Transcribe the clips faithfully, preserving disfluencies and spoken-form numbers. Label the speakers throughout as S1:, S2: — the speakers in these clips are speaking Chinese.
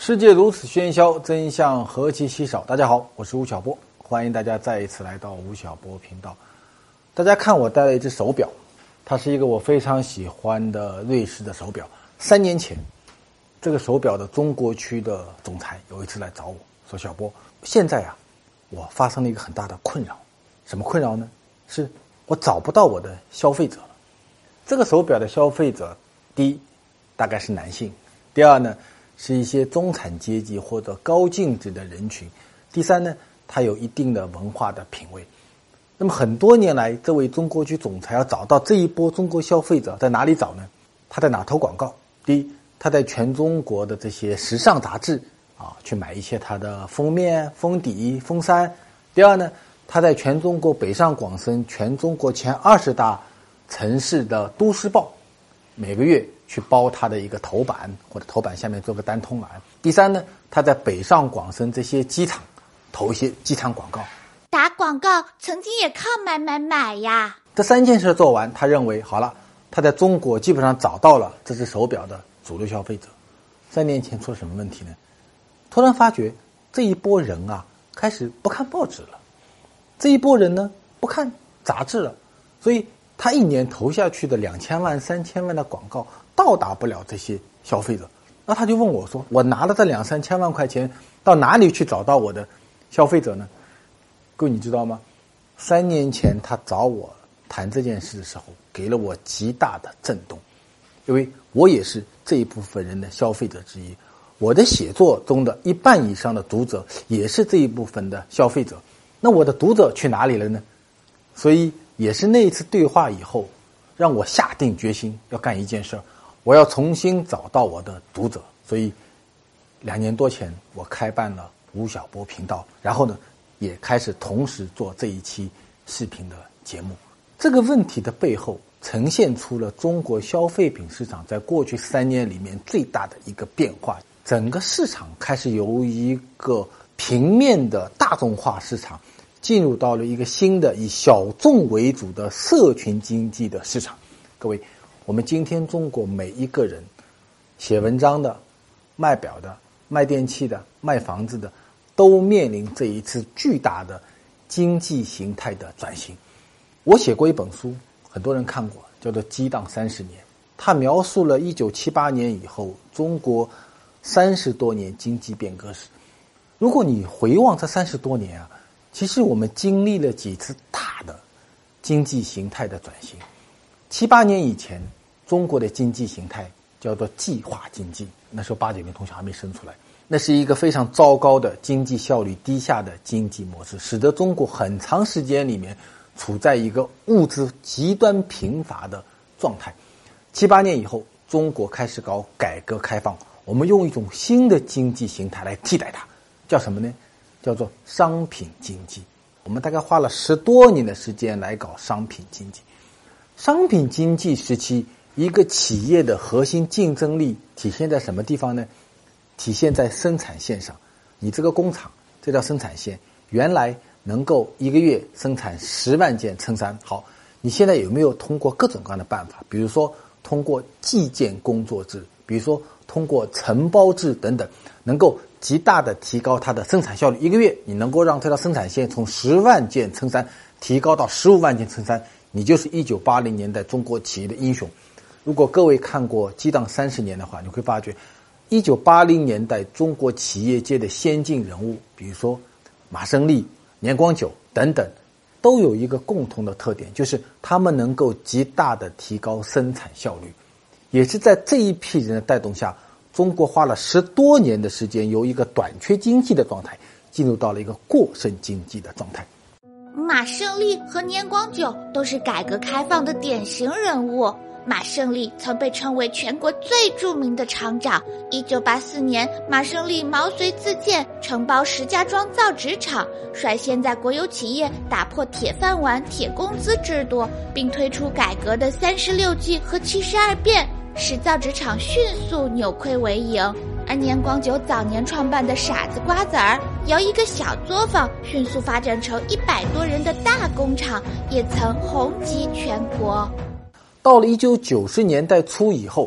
S1: 世界如此喧嚣，真相何其稀少。大家好，我是吴晓波，欢迎大家再一次来到吴晓波频道。大家看我戴了一只手表，它是一个我非常喜欢的瑞士的手表。三年前，这个手表的中国区的总裁有一次来找我说，小波，现在啊，我发生了一个很大的困扰。什么困扰呢？是我找不到我的消费者了。这个手表的消费者，第一大概是男性，第二呢是一些中产阶级或者高净值的人群，第三呢它有一定的文化的品味。那么很多年来，这位中国区总裁要找到这一波中国消费者在哪里找呢？他在哪投广告？第一，他在全中国的这些时尚杂志啊去买一些他的封面、封底、封衫。第二呢，他在全中国北上广深全中国前二十大城市的都市报每个月去包他的一个头版，或者头版下面做个单通栏。第三呢，他在北上广深这些机场投一些机场广告。
S2: 打广告曾经也靠买买买呀。
S1: 这三件事做完，他认为好了，他在中国基本上找到了这只手表的主流消费者。三年前出了什么问题呢？突然发觉这一波人啊，开始不看报纸了，这一波人呢不看杂志了，所以他一年投下去的两千万、三千万的广告到达不了这些消费者。那他就问我说：“我拿了这两三千万块钱，到哪里去找到我的消费者呢？”各位你知道吗？三年前他找我谈这件事的时候，给了我极大的震动，因为我也是这一部分人的消费者之一。我的写作中的一半以上的读者也是这一部分的消费者。那我的读者去哪里了呢？所以也是那一次对话以后，让我下定决心要干一件事，我要重新找到我的读者。所以两年多前我开办了吴晓波频道，然后呢也开始同时做这一期视频的节目。这个问题的背后呈现出了中国消费品市场在过去三年里面最大的一个变化。整个市场开始由一个平面的大众化市场进入到了一个新的以小众为主的社群经济的市场。各位，我们今天中国每一个人，写文章的、卖表的、卖电器的、卖房子的，都面临这一次巨大的经济形态的转型。我写过一本书，很多人看过，叫做《激荡三十年》，它描述了一九七八年以后中国三十多年经济变革史。如果你回望这三十多年啊，其实我们经历了几次大的经济形态的转型。七八年以前，中国的经济形态叫做计划经济，那时候八九年同学还没生出来。那是一个非常糟糕的经济效率低下的经济模式，使得中国很长时间里面处在一个物资极端贫乏的状态。七八年以后，中国开始搞改革开放，我们用一种新的经济形态来替代它，叫什么呢？叫做商品经济。我们大概花了十多年的时间来搞商品经济。商品经济时期，一个企业的核心竞争力体现在什么地方呢？体现在生产线上。你这个工厂，这条生产线原来能够一个月生产十万件衬衫，好，你现在有没有通过各种各样的办法，比如说通过计件工作制，比如说通过承包制等等，能够极大的提高它的生产效率。一个月你能够让这条生产线从十万件衬衫提高到十五万件衬衫，你就是一九八零年代中国企业的英雄。如果各位看过《激荡三十年》的话，你会发觉一九八零年代中国企业界的先进人物，比如说马胜利、年光久等等，都有一个共同的特点，就是他们能够极大的提高生产效率。也是在这一批人的带动下，中国花了十多年的时间，由一个短缺经济的状态进入到了一个过剩经济的状态。
S2: 马胜利和年光久都是改革开放的典型人物。马胜利曾被称为全国最著名的厂长。一九八四年，马胜利毛遂自荐，承包石家庄造纸厂，率先在国有企业打破铁饭碗、铁工资制度，并推出改革的三十六计和七十二变，使造纸厂迅速扭亏为盈。而年光久早年创办的傻子瓜子儿，由一个小作坊迅速发展成一百多人的大工厂，也曾红极全国。
S1: 到了一九九十年代初以后，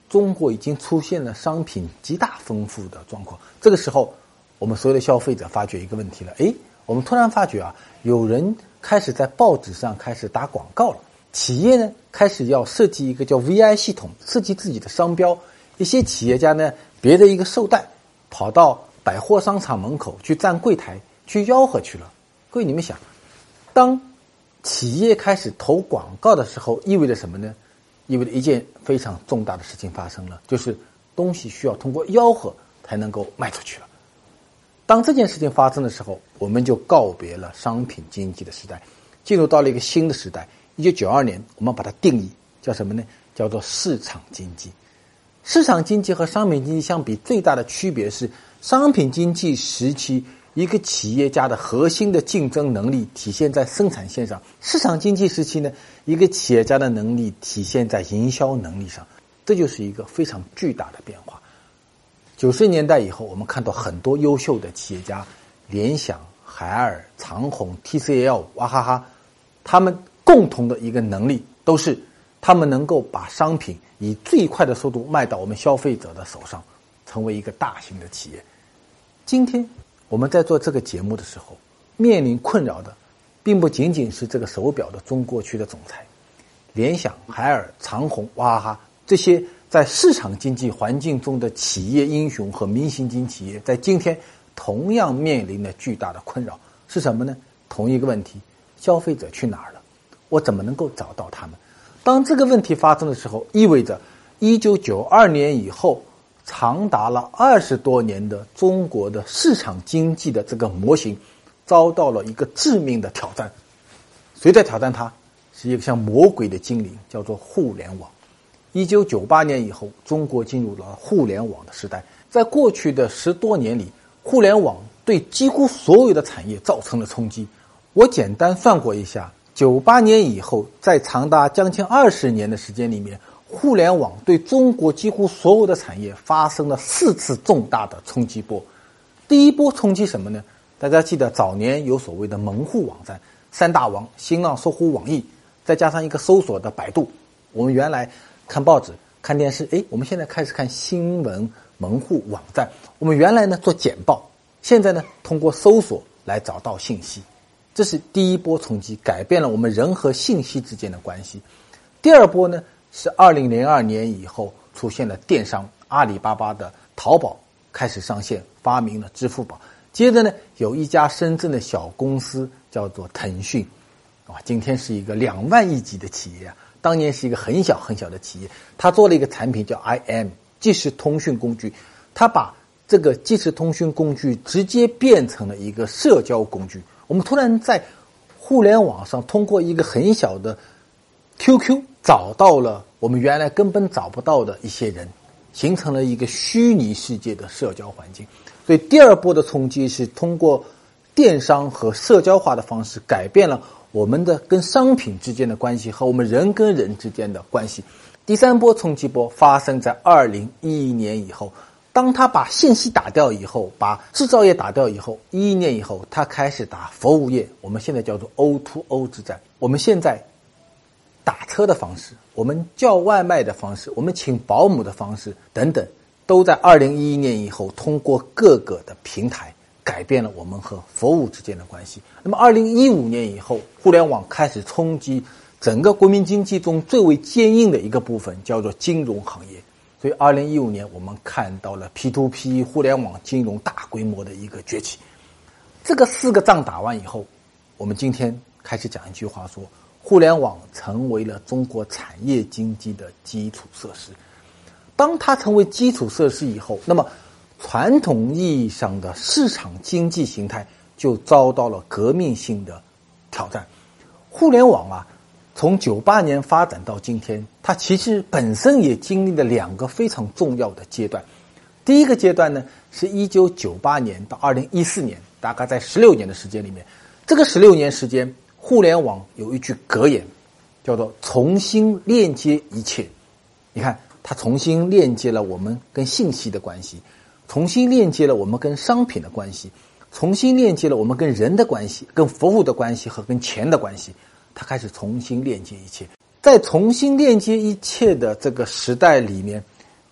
S1: 中国已经出现了商品极大丰富的状况。这个时候，我们所有的消费者发觉一个问题了，诶，我们突然发觉啊，有人开始在报纸上开始打广告了，企业呢开始要设计一个叫 V I 系统，设计自己的商标。一些企业家呢，别的一个寿带，跑到百货商场门口去站柜台，去吆喝去了。各位，你们想，当企业开始投广告的时候，意味着什么呢？意味着一件非常重大的事情发生了，就是东西需要通过吆喝才能够卖出去了。当这件事情发生的时候，我们就告别了商品经济的时代，进入到了一个新的时代。一九九二年，我们把它定义叫什么呢？叫做市场经济。市场经济和商品经济相比，最大的区别是，商品经济时期一个企业家的核心的竞争能力体现在生产线上，市场经济时期呢，一个企业家的能力体现在营销能力上。这就是一个非常巨大的变化。九十年代以后，我们看到很多优秀的企业家，联想、海尔、长虹、T C L、娃哈哈，他们共同的一个能力都是他们能够把商品以最快的速度卖到我们消费者的手上，成为一个大型的企业。今天我们在做这个节目的时候，面临困扰的并不仅仅是这个手表的中国区的总裁。联想、海尔、长虹、娃哈哈这些在市场经济环境中的企业英雄和明星级企业，在今天同样面临了巨大的困扰。是什么呢？同一个问题，消费者去哪儿了？我怎么能够找到他们？当这个问题发生的时候，意味着一九九二年以后长达了二十多年的中国的市场经济的这个模型遭到了一个致命的挑战。谁在挑战它？是一个像魔鬼的精灵，叫做互联网。一九九八年以后，中国进入了互联网的时代。在过去的十多年里，互联网对几乎所有的产业造成了冲击。我简单算过一下，九八年以后，在长达将近二十年的时间里面，互联网对中国几乎所有的产业发生了四次重大的冲击波。第一波冲击什么呢？大家记得早年有所谓的门户网站，三大王，新浪、搜狐、网易，再加上一个搜索的百度。我们原来看报纸、看电视，诶，我们现在开始看新闻门户网站。我们原来呢做简报，现在呢通过搜索来找到信息。这是第一波冲击，改变了我们人和信息之间的关系。第二波呢是二零零二年以后出现了电商，阿里巴巴的淘宝开始上线，发明了支付宝。接着呢有一家深圳的小公司叫做腾讯，啊，今天是一个两万亿级的企业啊，当年是一个很小很小的企业。他做了一个产品叫 I M 即时通讯工具，他把这个即时通讯工具直接变成了一个社交工具。我们突然在互联网上通过一个很小的 Q Q 找到了我们原来根本找不到的一些人，形成了一个虚拟世界的社交环境。所以第二波的冲击是通过电商和社交化的方式改变了我们的跟商品之间的关系和我们人跟人之间的关系。第三波冲击波发生在二零一一年以后，当他把信息打掉以后，把制造业打掉以后，一一年以后他开始打服务业，我们现在叫做 O to O 之战。我们现在打车的方式，我们叫外卖的方式，我们请保姆的方式等等，都在二零一一年以后通过各个的平台改变了我们和服务之间的关系。那么二零一五年以后，互联网开始冲击整个国民经济中最为坚硬的一个部分，叫做金融行业。所以二零一五年我们看到了 P to P 互联网金融大规模的一个崛起。这个四个仗打完以后，我们今天开始讲一句话，说互联网成为了中国产业经济的基础设施。当它成为基础设施以后，那么传统意义上的市场经济形态就遭到了革命性的挑战。互联网啊，从九八年发展到今天，它其实本身也经历了两个非常重要的阶段。第一个阶段呢，是一九九八年到二零一四年，大概在十六年的时间里面。这个十六年时间，互联网有一句格言，叫做重新链接一切。你看，它重新链接了我们跟信息的关系，重新链接了我们跟商品的关系，重新链接了我们跟人的关系、跟服务的关系和跟钱的关系。它开始重新链接一切。在重新链接一切的这个时代里面，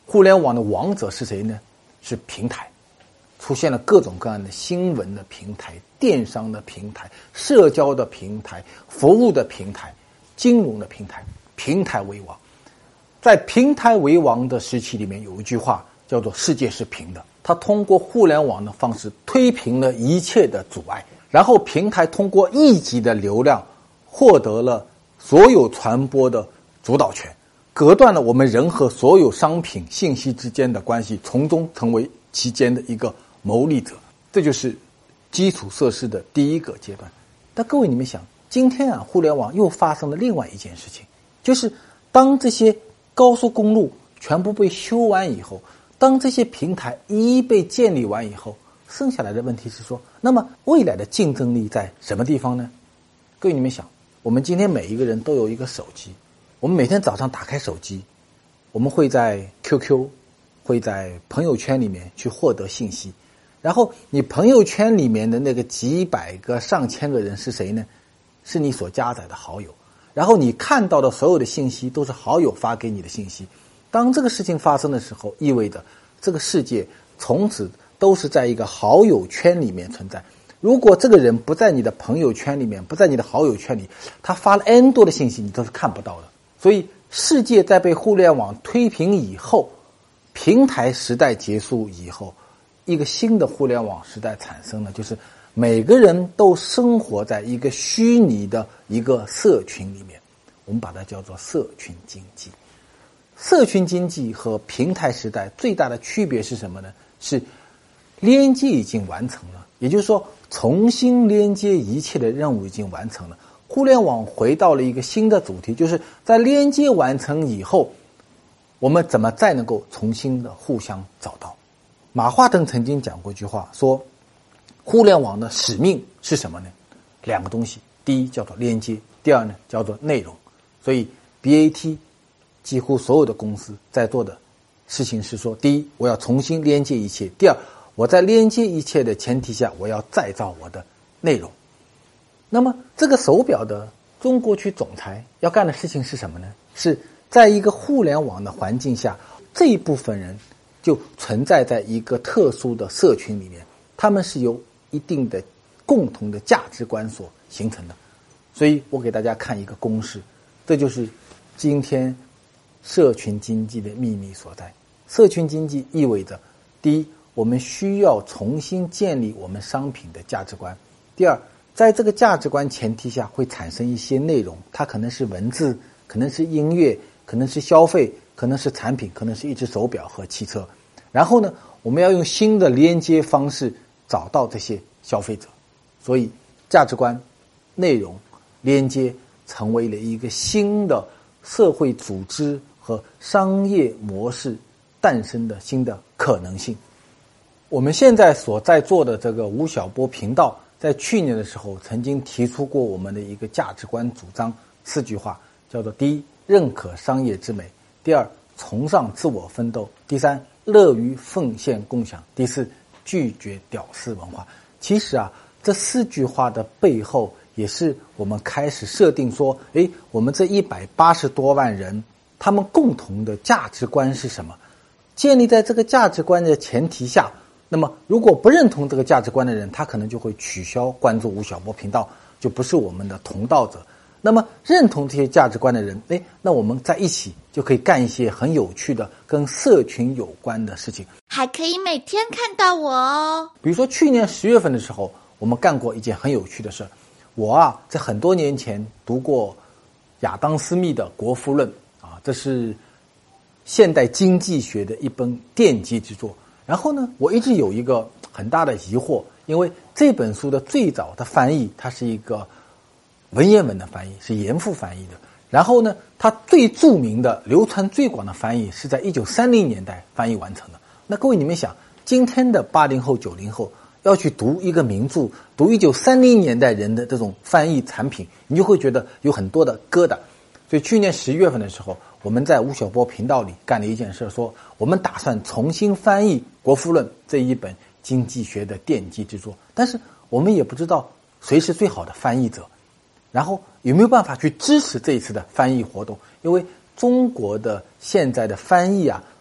S1: 互联网的王者是谁呢？是平台。出现了各种各样的新闻的平台、电商的平台、社交的平台、服务的平台、金融的平台，平台为王。在平台为王的时期里面，有一句话叫做世界是平的。它通过互联网的方式推平了一切的阻碍，然后平台通过一级的流量获得了所有传播的主导权，隔断了我们人和所有商品信息之间的关系，从中成为其间的一个牟利者。这就是基础设施的第一个阶段。但各位你们想，今天啊，互联网又发生了另外一件事情，就是当这些高速公路全部被修完以后，当这些平台一一被建立完以后，剩下来的问题是说，那么未来的竞争力在什么地方呢？各位你们想，我们今天每一个人都有一个手机，我们每天早上打开手机，我们会在 Q Q 会在朋友圈里面去获得信息，然后你朋友圈里面的那个几百个上千个人是谁呢？是你所加载的好友，然后你看到的所有的信息都是好友发给你的信息。当这个事情发生的时候，意味着这个世界从此都是在一个好友圈里面存在。如果这个人不在你的朋友圈里面，不在你的好友圈里，他发了 N 多的信息，你都是看不到的。所以世界在被互联网推平以后，平台时代结束以后，一个新的互联网时代产生了，就是每个人都生活在一个虚拟的一个社群里面，我们把它叫做社群经济。社群经济和平台时代最大的区别是什么呢？是连接已经完成了，也就是说重新连接一切的任务已经完成了。互联网回到了一个新的主题，就是在连接完成以后，我们怎么再能够重新的互相找到。马化腾曾经讲过一句话，说互联网的使命是什么呢？两个东西，第一叫做连接，第二呢叫做内容。所以 B A T 几乎所有的公司在做的事情是说，第一，我要重新连接一切；第二，我在连接一切的前提下，我要再造我的内容。那么这个手表的中国区总裁要干的事情是什么呢？是在一个互联网的环境下，这一部分人就存在在一个特殊的社群里面，他们是由一定的共同的价值观所形成的。所以我给大家看一个公式，这就是今天社群经济的秘密所在。社群经济意味着，第一，我们需要重新建立我们商品的价值观；第二，在这个价值观前提下会产生一些内容，它可能是文字，可能是音乐，可能是消费，可能是产品，可能是一只手表和汽车。然后呢，我们要用新的连接方式找到这些消费者。所以价值观、内容、连接成为了一个新的社会组织和商业模式诞生的新的可能性。我们现在所在做的这个吴晓波频道，在去年的时候曾经提出过我们的一个价值观主张，四句话，叫做：第一，认可商业之美；第二，崇尚自我奋斗；第三，乐于奉献共享；第四，拒绝屌丝文化。其实啊，这四句话的背后，也是我们开始设定说，诶，我们这一百八十多万人，他们共同的价值观是什么？建立在这个价值观的前提下，那么如果不认同这个价值观的人，他可能就会取消关注吴晓波频道，就不是我们的同道者。那么认同这些价值观的人，诶，那我们在一起就可以干一些很有趣的跟社群有关的事情，
S2: 还可以每天看到我哦。
S1: 比如说去年十月份的时候，我们干过一件很有趣的事。我啊，在很多年前读过亚当·斯密的《国富论》啊，这是现代经济学的一本奠基之作。然后呢，我一直有一个很大的疑惑，因为这本书的最早的翻译，它是一个文言文的翻译，是严复翻译的。然后呢，它最著名的、流传最广的翻译是在一九三零年代翻译完成的。那各位你们想，今天的八零后、九零后要去读一个名著，读一九三零年代人的这种翻译产品，你就会觉得有很多的疙瘩。所以去年十月份的时候，我们在吴晓波频道里干了一件事，说我们打算重新翻译《国富论》这一本经济学的奠基之作，但是我们也不知道谁是最好的翻译者，然后有没有办法去支持这一次的翻译活动，因为中国的现在的翻译啊，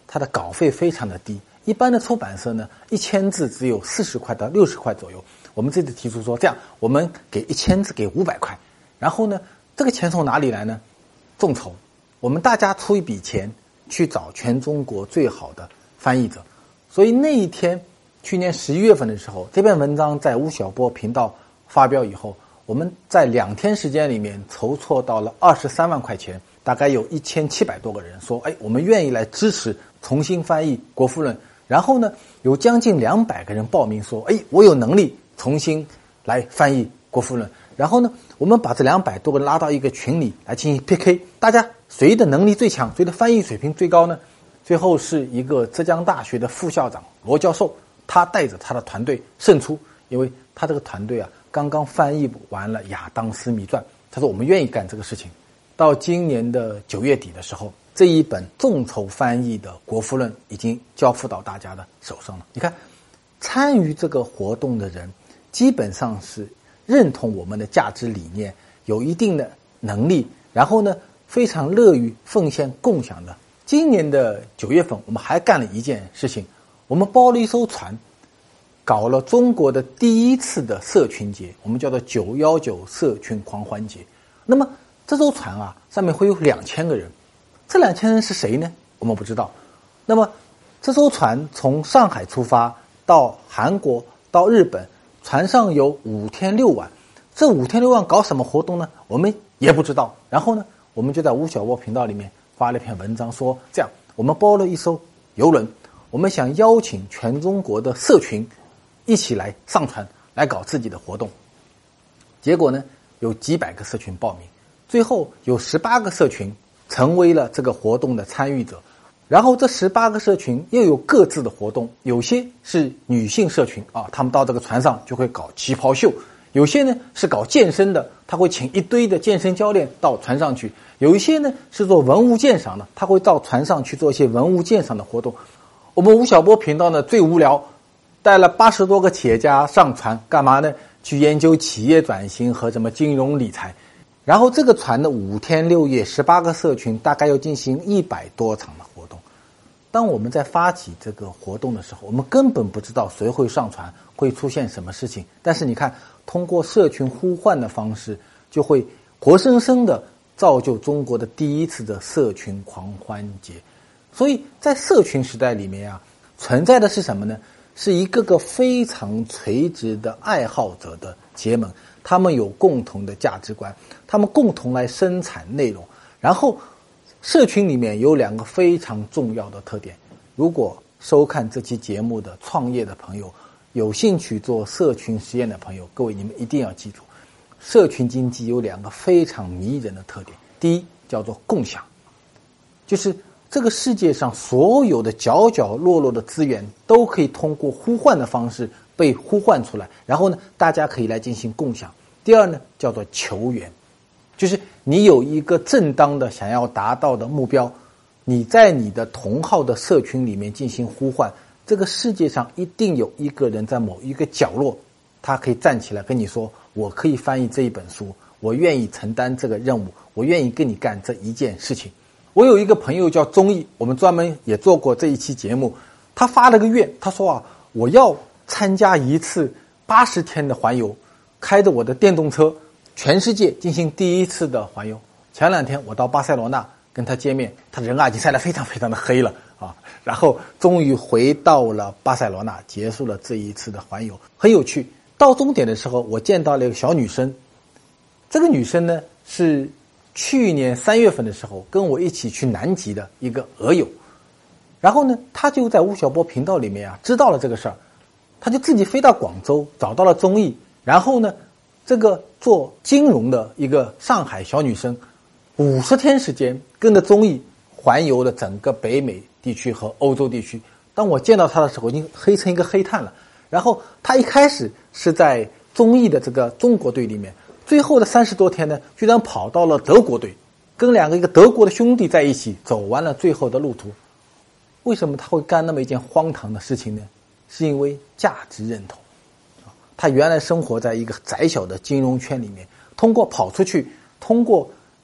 S1: 它的稿费非常的低，一般的出版社呢，一千字只有四十块到六十块左右。我们这次提出说，这样我们给一千字给五百块，然后呢，这个钱从哪里来呢？众筹，我们大家出一笔钱去找全中国最好的翻译者。所以那一天，去年十一月份的时候，这篇文章在吴晓波频道发表以后，我们在两天时间里面筹措到了二十三万块钱，大概有一千七百多个人说，哎，我们愿意来支持重新翻译《国富论》。然后呢，有将近两百个人报名说，哎，我有能力重新来翻译《国富论》。然后呢，我们把这两百多个人拉到一个群里来进行 P K， 大家谁的能力最强，谁的翻译水平最高呢？最后是一个浙江大学的副校长罗教授，他带着他的团队胜出，因为他这个团队啊刚刚翻译完了《亚当斯密传》，他说我们愿意干这个事情。到今年的九月底的时候，这一本众筹翻译的《国富论》已经交付到大家的手上了。你看，参与这个活动的人基本上是认同我们的价值理念，有一定的能力，然后呢非常乐于奉献共享的。今年的九月份，我们还干了一件事情，我们包了一艘船，搞了中国的第一次的社群节，我们叫做九一九社群狂欢节。那么这艘船啊，上面会有两千个人，这两千人是谁呢？我们不知道。那么这艘船从上海出发到韩国到日本，船上有五天六晚，这五天六晚搞什么活动呢？我们也不知道。然后呢，我们就在吴晓波频道里面发了一篇文章说，这样我们包了一艘游轮，我们想邀请全中国的社群一起来上船来搞自己的活动。结果呢，有几百个社群报名，最后有十八个社群成为了这个活动的参与者。然后这十八个社群又有各自的活动，有些是女性社群啊，他们到这个船上就会搞旗袍秀；有些呢是搞健身的，他会请一堆的健身教练到船上去；有一些呢是做文物鉴赏的，他会到船上去做一些文物鉴赏的活动。我们吴晓波频道呢最无聊，带了八十多个企业家上船，干嘛呢？去研究企业转型和什么金融理财。然后这个船的五天六夜，十八个社群大概要进行一百多场的活动。当我们在发起这个活动的时候，我们根本不知道谁会上船，会出现什么事情。但是你看，通过社群呼唤的方式，就会活生生的造就中国的第一次的社群狂欢节。所以在社群时代里面啊，存在的是什么呢？是一个个非常垂直的爱好者的结盟，他们有共同的价值观，他们共同来生产内容。然后社群里面有两个非常重要的特点，如果收看这期节目的创业的朋友，有兴趣做社群实验的朋友，各位你们一定要记住，社群经济有两个非常迷人的特点。第一叫做共享，就是这个世界上所有的角角落落的资源都可以通过呼唤的方式被呼唤出来，然后呢大家可以来进行共享。第二呢叫做求援，就是你有一个正当的想要达到的目标，你在你的同号的社群里面进行呼唤，这个世界上一定有一个人在某一个角落，他可以站起来跟你说，我可以翻译这一本书，我愿意承担这个任务，我愿意跟你干这一件事情。我有一个朋友叫钟毅，我们专门也做过这一期节目，他发了个愿，他说啊，我要参加一次八十天的环游，开着我的电动车全世界进行第一次的环游。前两天我到巴塞罗那跟他见面，他人啊已经晒得非常非常的黑了啊，然后终于回到了巴塞罗那，结束了这一次的环游，很有趣。到终点的时候，我见到了一个小女生，这个女生呢是去年三月份的时候跟我一起去南极的一个俄友，然后呢她就在吴晓波频道里面啊知道了这个事儿，她就自己飞到广州找到了钟毅，然后呢这个做金融的一个上海小女生，五十天时间跟着钟毅环游了整个北美地区和欧洲地区。当我见到她的时候，已经黑成一个黑炭了。然后她一开始是在钟毅的这个中国队里面，最后的三十多天呢，居然跑到了德国队，跟两个一个德国的兄弟在一起走完了最后的路途。为什么他会干那么一件荒唐的事情呢？是因为价值认同。他原来生活在一个窄小的金融圈里面，通过跑出去，通过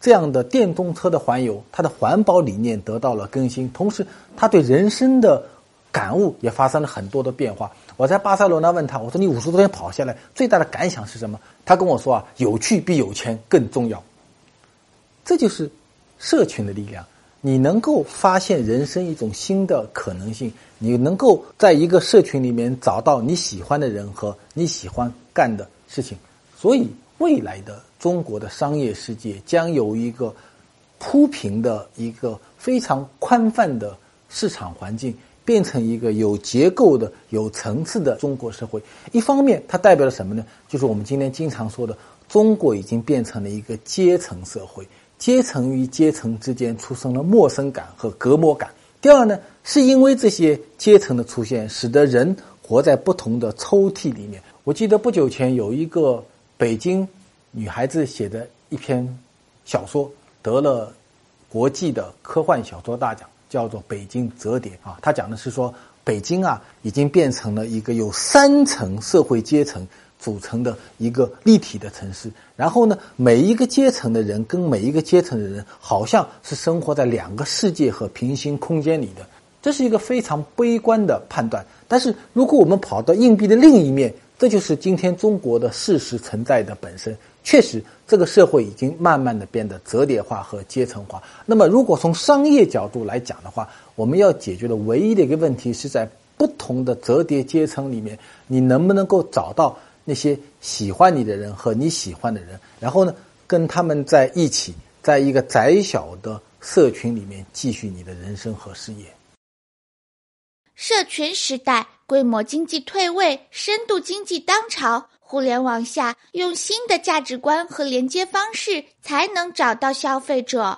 S1: 这样的电动车的环游，它的环保理念得到了更新，同时他对人生的感悟也发生了很多的变化。我在巴塞罗那问他，我说你五十多天跑下来最大的感想是什么？他跟我说啊，有趣比有钱更重要。这就是社群的力量，你能够发现人生一种新的可能性，你能够在一个社群里面找到你喜欢的人和你喜欢干的事情。所以未来的中国的商业世界将有一个铺平的一个非常宽泛的市场环境，变成一个有结构的有层次的中国社会。一方面它代表了什么呢？就是我们今天经常说的，中国已经变成了一个阶层社会，阶层与阶层之间出生了陌生感和隔膜感。第二呢，是因为这些阶层的出现，使得人活在不同的抽屉里面。我记得不久前有一个北京女孩子写的一篇小说，得了国际的科幻小说大奖，叫做《北京折叠》啊。他讲的是说，北京啊已经变成了一个有三层社会阶层组成的一个立体的城市，然后呢，每一个阶层的人跟每一个阶层的人好像是生活在两个世界和平行空间里的，这是一个非常悲观的判断。但是如果我们跑到硬币的另一面，这就是今天中国的事实存在的本身。确实，这个社会已经慢慢的变得折叠化和阶层化。那么如果从商业角度来讲的话，我们要解决的唯一的一个问题是在不同的折叠阶层里面，你能不能够找到那些喜欢你的人和你喜欢的人，然后呢，跟他们在一起，在一个窄小的社群里面继续你的人生和事业。
S2: 社群时代，规模经济退位，深度经济当潮，互联网下用新的价值观和连接方式才能找到消费者。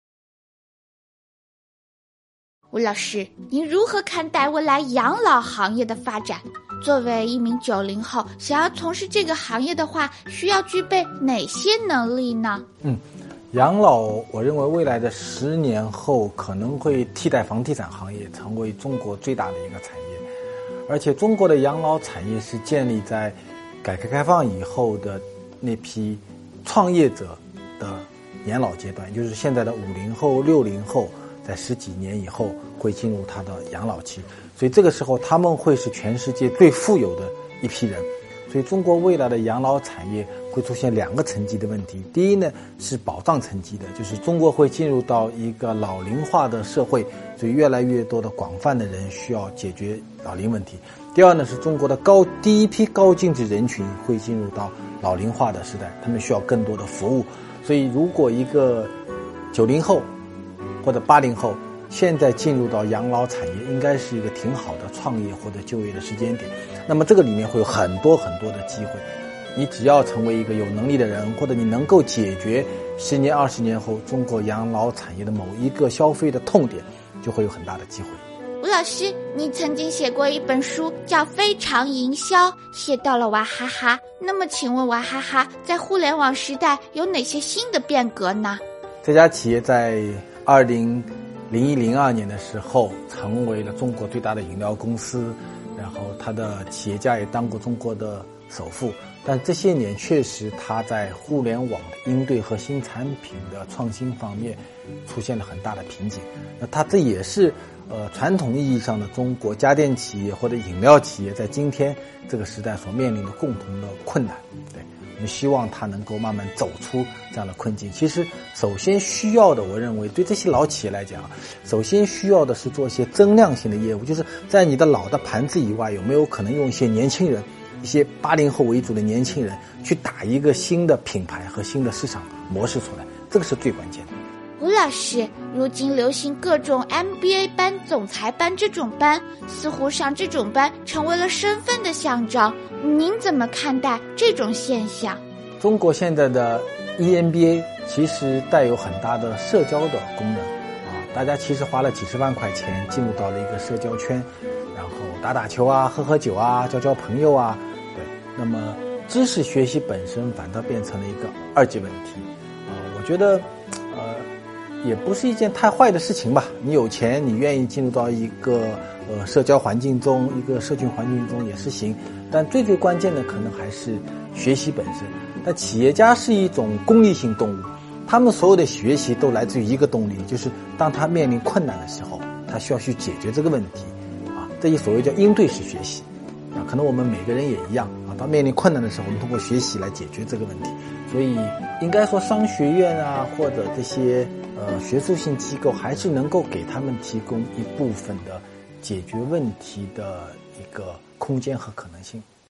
S2: 吴老师，您如何看待未来养老行业的发展？作为一名九零后，想要从事这个行业的话，需要具备哪些能力呢？
S1: 嗯，养老，我认为未来的十年后可能会替代房地产行业，成为中国最大的一个产业。而且中国的养老产业是建立在改革开放以后的那批创业者的年老阶段，也就是现在的五零后、六零后，在十几年以后会进入他的养老期，所以这个时候他们会是全世界最富有的一批人。所以中国未来的养老产业会出现两个层级的问题。第一呢，是保障层级的，就是中国会进入到一个老龄化的社会，所以越来越多的广泛的人需要解决老龄问题。第二呢，是中国的高第一批高净值人群会进入到老龄化的时代，他们需要更多的服务。所以如果一个九零后或者八零后现在进入到养老产业，应该是一个挺好的创业或者就业的时间点。那么这个里面会有很多很多的机会，你只要成为一个有能力的人，或者你能够解决十年二十年后中国养老产业的某一个消费的痛点，就会有很大的机会。
S2: 吴老师，你曾经写过一本书叫《非常营销》，写到了娃哈哈。那么请问娃哈哈在互联网时代有哪些新的变革呢？
S1: 这家企业在二零零一零二年的时候成为了中国最大的饮料公司，然后他的企业家也当过中国的首富。但这些年确实他在互联网的应对和新产品的创新方面出现了很大的瓶颈。那他这也是呃传统意义上的中国家电企业或者饮料企业在今天这个时代所面临的共同的困难。对，我们希望他能够慢慢走出这样的困境。其实首先需要的，我认为对这些老企业来讲，首先需要的是做一些增量型的业务，就是在你的老的盘子以外，有没有可能用一些年轻人，一些八零后为主的年轻人去打一个新的品牌和新的市场模式出来，这个是最关键的。
S2: 吴老师，如今流行各种 M B A 班、总裁班这种班，似乎上这种班成为了身份的象征。您怎么看待这种现象？
S1: 中国现在的 E M B A 其实带有很大的社交的功能啊，大家其实花了几十万块钱进入到了一个社交圈，然后打打球啊、喝喝酒啊、交交朋友啊，对。那么知识学习本身反倒变成了一个二级问题啊，我觉得呃也不是一件太坏的事情吧。你有钱，你愿意进入到一个呃社交环境中，一个社群环境中也是行。但最最关键的可能还是学习本身。但企业家是一种功利性动物， 他们所有的学习都来自于一个动力，就是当他面临困难的时候，他需要去解决这个问题啊，这一所谓叫应对式学习啊，可能我们每个人也一样啊，当面临困难的时候，我们通过学习来解决这个问题。所以应该说商学院啊，或者这些呃学术性机构还是能够给他们提供一部分的解决问题的一个空间和可能性。